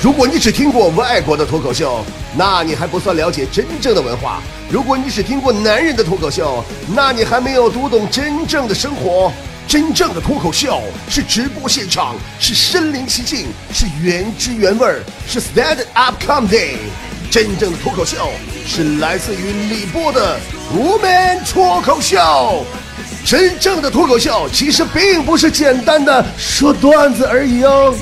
如果你只听过外国的脱口秀，那你还不算了解真正的文化；如果你只听过男人的脱口秀，那你还没有读懂真正的生活。真正的脱口秀是直播现场，是身临其境，是原汁原味，是 stand up comedy。真正的脱口秀是来自于李波的无门脱口秀。真正的脱口秀其实并不是简单的说段子而已哦。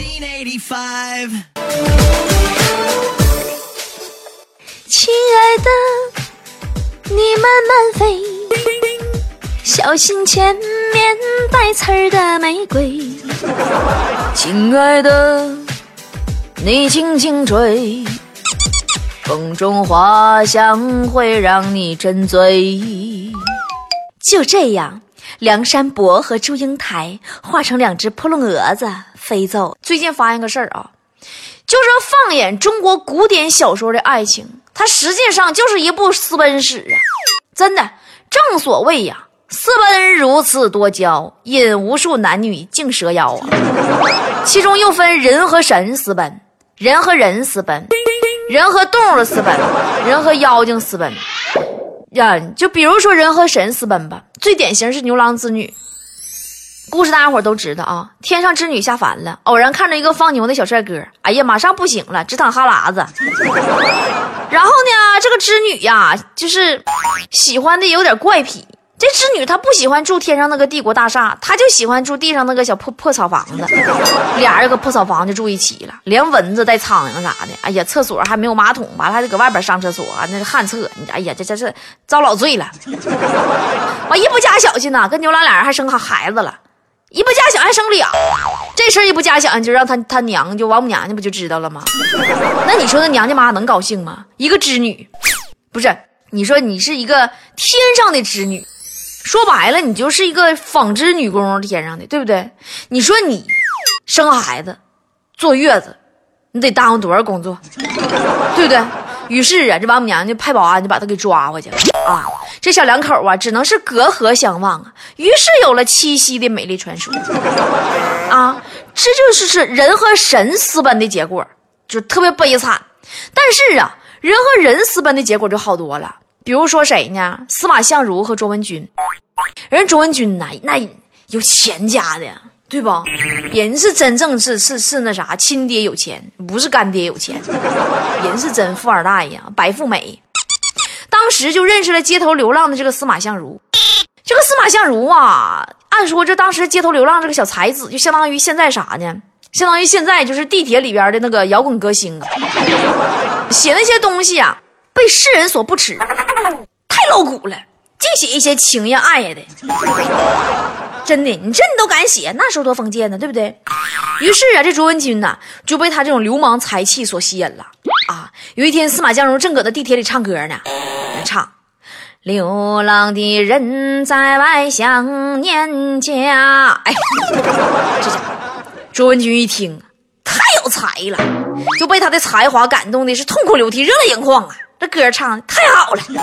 亲爱的，你慢慢飞，小心前面带刺儿的玫瑰。亲爱的，你轻轻吹，风中花香会让你沉醉。就这样，梁山伯和祝英台化成两只扑棱蛾子飞走。最近发现个事儿啊，就是放眼中国古典小说的爱情，它实际上就是一部私奔史啊！真的，正所谓呀，私奔如此多娇，引无数男女竞蛇腰啊！其中又分人和神私奔，人和人私奔，人和动物私奔，人和妖精私奔。就比如说人和神私奔吧，最典型是牛郎织女。故事大家伙都知道啊，天上织女下凡了，偶然看着一个放牛的小帅哥，哎呀，马上不行了，直淌哈喇子。然后呢，这个织女呀，就是喜欢的有点怪癖。这织女她不喜欢住天上那个帝国大厦，她就喜欢住地上那个小破草房子。俩人搁破草房就住一起了，连蚊子带苍蝇啥的。哎呀，厕所还没有马桶，完了还得搁外边上厕所啊，那是旱厕。哎呀，这是遭老罪了。完一不加小心呐，跟牛郎俩人还生孩子了。一不加小还生俩，这事儿一不加小就让他娘就王母娘娘不就知道了吗？那你说那娘家妈能高兴吗？一个织女，不是你说你是一个天上的织女，说白了你就是一个纺织女工天上的，对不对？你说你生孩子坐月子，你得耽误多少工作，对不对？于是啊，这王母娘娘就派保安就把他给抓回去了啊！这小两口啊，只能是隔河相望啊。于是有了七夕的美丽传说啊！这就是人和神私奔的结果，就特别悲惨。但是啊，人和人私奔的结果就好多了。比如说谁呢？司马相如和卓文君。人卓文君呐，那有钱家的。对吧？人是真正是那啥，亲爹有钱，不是干爹有钱，人是真富二代呀，白富美。当时就认识了街头流浪的这个司马相如。这个司马相如啊，按说这当时街头流浪这个小才子，就相当于现在啥呢？相当于现在就是地铁里边的那个摇滚歌星啊，写那些东西啊，被世人所不齿，太露骨了，净写一些情呀爱呀的。真的，你都敢写，那时候多封建呢，对不对？于是啊，这卓文君呐就被他这种流氓才气所吸引了啊。有一天，司马相如正搁在地铁里唱歌呢，唱流浪的人在外想念家。哎，这家伙卓文君一听太有才了，就被他的才华感动的是痛哭流涕，热泪盈眶啊！这歌唱的太好了。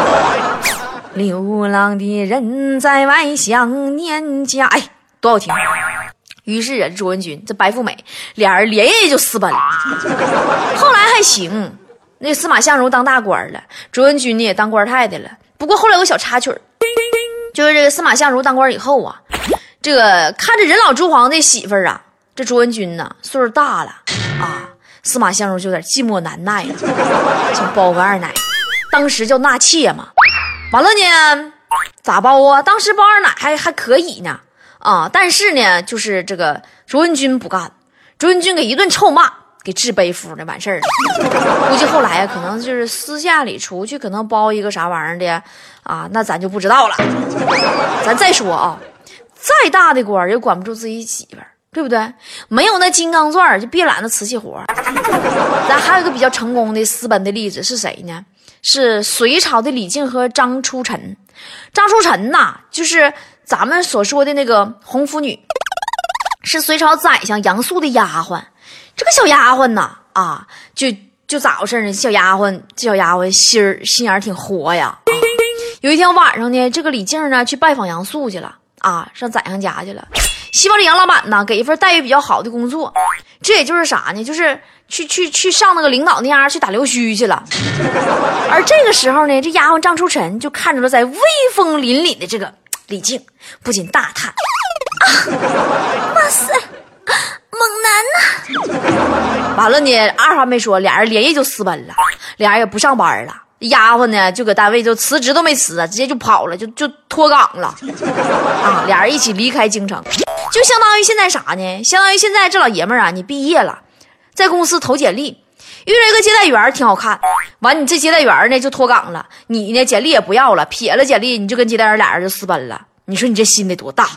流浪的人在外想念家，哎，多好听！于是啊，卓文君这白富美俩人连夜就私奔了。后来还行，那司马相如当大官了，卓文君呢也当官太太了。不过后来有个小插曲，就是这个司马相如当官以后啊，这个看着人老珠黄的媳妇儿啊，这卓文君呢岁数大了啊，司马相如就有点寂寞难耐了，想包个二奶，当时叫纳妾嘛。完了呢，咋包啊？当时包二奶还可以呢，啊！但是呢，就是这个卓文君不干，卓文君给一顿臭骂，给治背夫的完事儿了。估计后来可能就是私下里出去，可能包一个啥玩意儿的啊，那咱就不知道了。咱再说啊，再大的官也管不住自己媳妇儿，对不对？没有那金刚钻就别揽那瓷器活。咱还有一个比较成功的私奔的例子是谁呢？是隋朝的李靖和张初臣。张初臣呐，就是咱们所说的那个红拂女，是隋朝宰相杨素的丫鬟。这个小丫鬟呐，啊，就咋回事呢？这小丫鬟心眼挺活呀。有一天晚上呢，这个李靖呢去拜访杨素去了啊，上宰相家去了。 希望这杨老板呢给一份待遇比较好的工作。这也就是啥呢？就是去上那个领导那样去打溜须去了。而这个时候呢，这丫鬟张初晨就看着了在威风凛凛的这个李靖，不禁大叹：哇塞，猛男呐！完了呢，二话没说，俩人连夜就私奔了，俩人也不上班了。丫鬟呢就搁单位就辞职都没辞啊，直接就跑了，就脱岗了啊！俩人一起离开京城，就相当于现在啥呢？相当于现在这老爷们儿啊，你毕业了，在公司投简历，遇到一个接待员挺好看，完你这接待员呢就脱岗了，你呢简历也不要了，撇了简历，你就跟接待员俩人就私奔了。你说你这心得多大？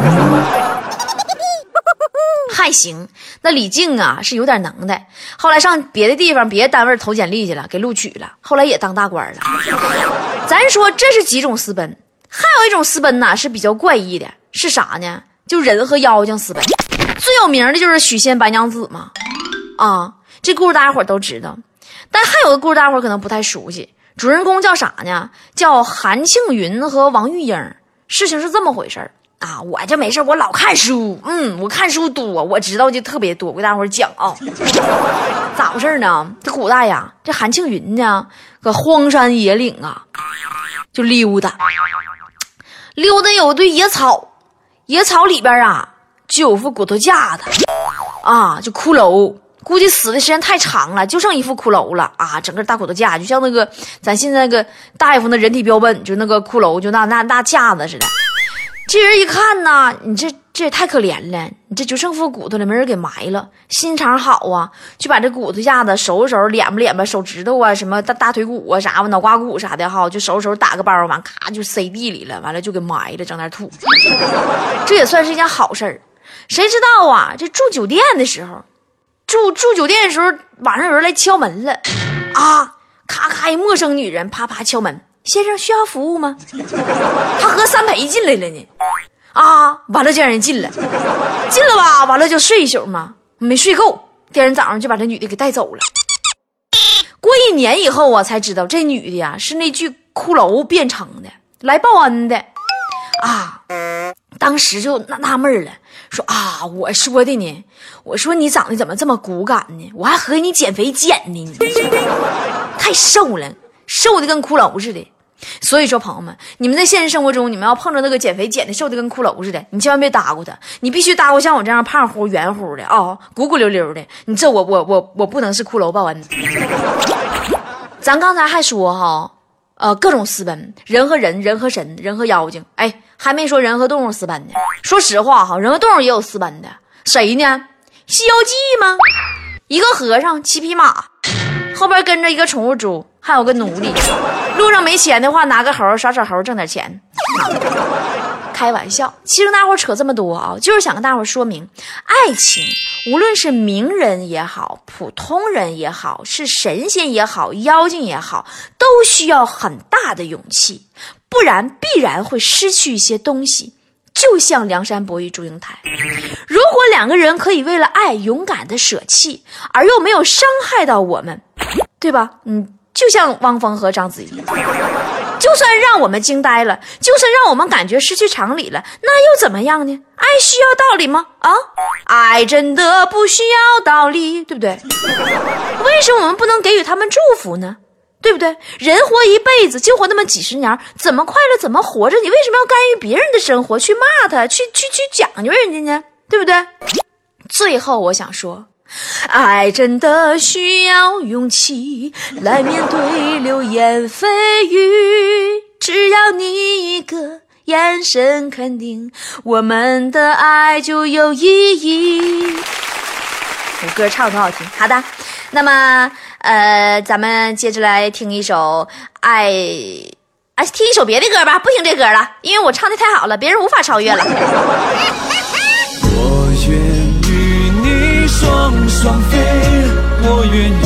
还行，那李靖啊是有点能耐，后来上别的地方别的单位投简历去了，给录取了，后来也当大官了。咱说这是几种私奔，还有一种私奔呢是比较怪异的，是啥呢？就人和妖精私奔。最有名的就是许仙白娘子嘛，啊，这故事大家伙都知道。但还有个故事大家伙可能不太熟悉，主人公叫啥呢？叫韩庆云和王玉英。事情是这么回事啊，我这没事我老看书，我看书多，我知道就特别多，我给大伙讲啊。咋回事呢？这古代呀，这韩庆云呢，搁荒山野岭啊，就溜达有一堆野草，野草里边啊，就有副骨头架子啊，就骷髅。估计死的时间太长了，就剩一副骷髅了啊！整个大骨头架，就像那个咱现在那个大夫的人体标本，就那个骷髅，就那架子似的。这人一看呢，你这也太可怜了，你这就剩副骨头了，没人给埋了。心肠好啊，就把这骨头架子收拾收拾，敛吧，手指头啊，什么大腿骨啊，啥脑瓜骨啥的哈，就收拾打个包，完咔就塞地里了，完了就给埋了，整点土。这也算是一件好事儿。谁知道啊，这住酒店的时候。住酒店的时候，晚上有人来敲门了，啊，咔咔一陌生女人啪啪敲门，先生需要服务吗？他和三陪进来了呢，啊，完了就让人进了吧，完了就睡一宿嘛，没睡够，第二天早上就把这女的给带走了。过1年以后我才知道这女的呀是那具骷髅变成的，来报恩的，啊。当时就纳闷了，说啊，我说的呢，我说你长得怎么这么骨感呢？我还合计你减肥减的呢，太瘦了，瘦的跟骷髅似的。所以说朋友们，你们在现实生活中，你们要碰着那个减肥减的瘦的跟骷髅似的，你千万别搭过他，你必须搭过像我这样胖乎圆乎的啊，鼓鼓溜溜的。你这我不能是骷髅报恩。咱刚才还说哈，各种私奔，人和人，人和神，人和妖精，哎。还没说人和动物私奔呢。说实话哈，人和动物也有私奔的。谁呢？西游记吗？一个和尚骑匹马，后边跟着一个宠物猪，还有个奴隶。路上没钱的话，拿个猴耍猴挣点钱。开玩笑，其实大伙扯这么多啊，就是想跟大伙说明，爱情无论是名人也好，普通人也好，是神仙也好，妖精也好，都需要很大的勇气，不然必然会失去一些东西。就像梁山伯与祝英台，如果两个人可以为了爱勇敢的舍弃，而又没有伤害到我们，对吧？就像汪峰和章子怡，就算让我们惊呆了，就算让我们感觉失去常理了，那又怎么样呢？爱需要道理吗？啊，爱真的不需要道理，对不对？为什么我们不能给予他们祝福呢？对不对？人活一辈子就活那么几十年，怎么快乐怎么活着，你为什么要干预别人的生活，去骂他，去讲究人家呢？对不对？最后我想说，爱真的需要勇气来面对流言蜚语，只要你一个眼神肯定，我们的爱就有意义。这歌唱多好听。好的，那么咱们接着来听一首听一首别的歌吧，不听这歌了，因为我唱的太好了，别人无法超越了。 我愿与你双双飞，我愿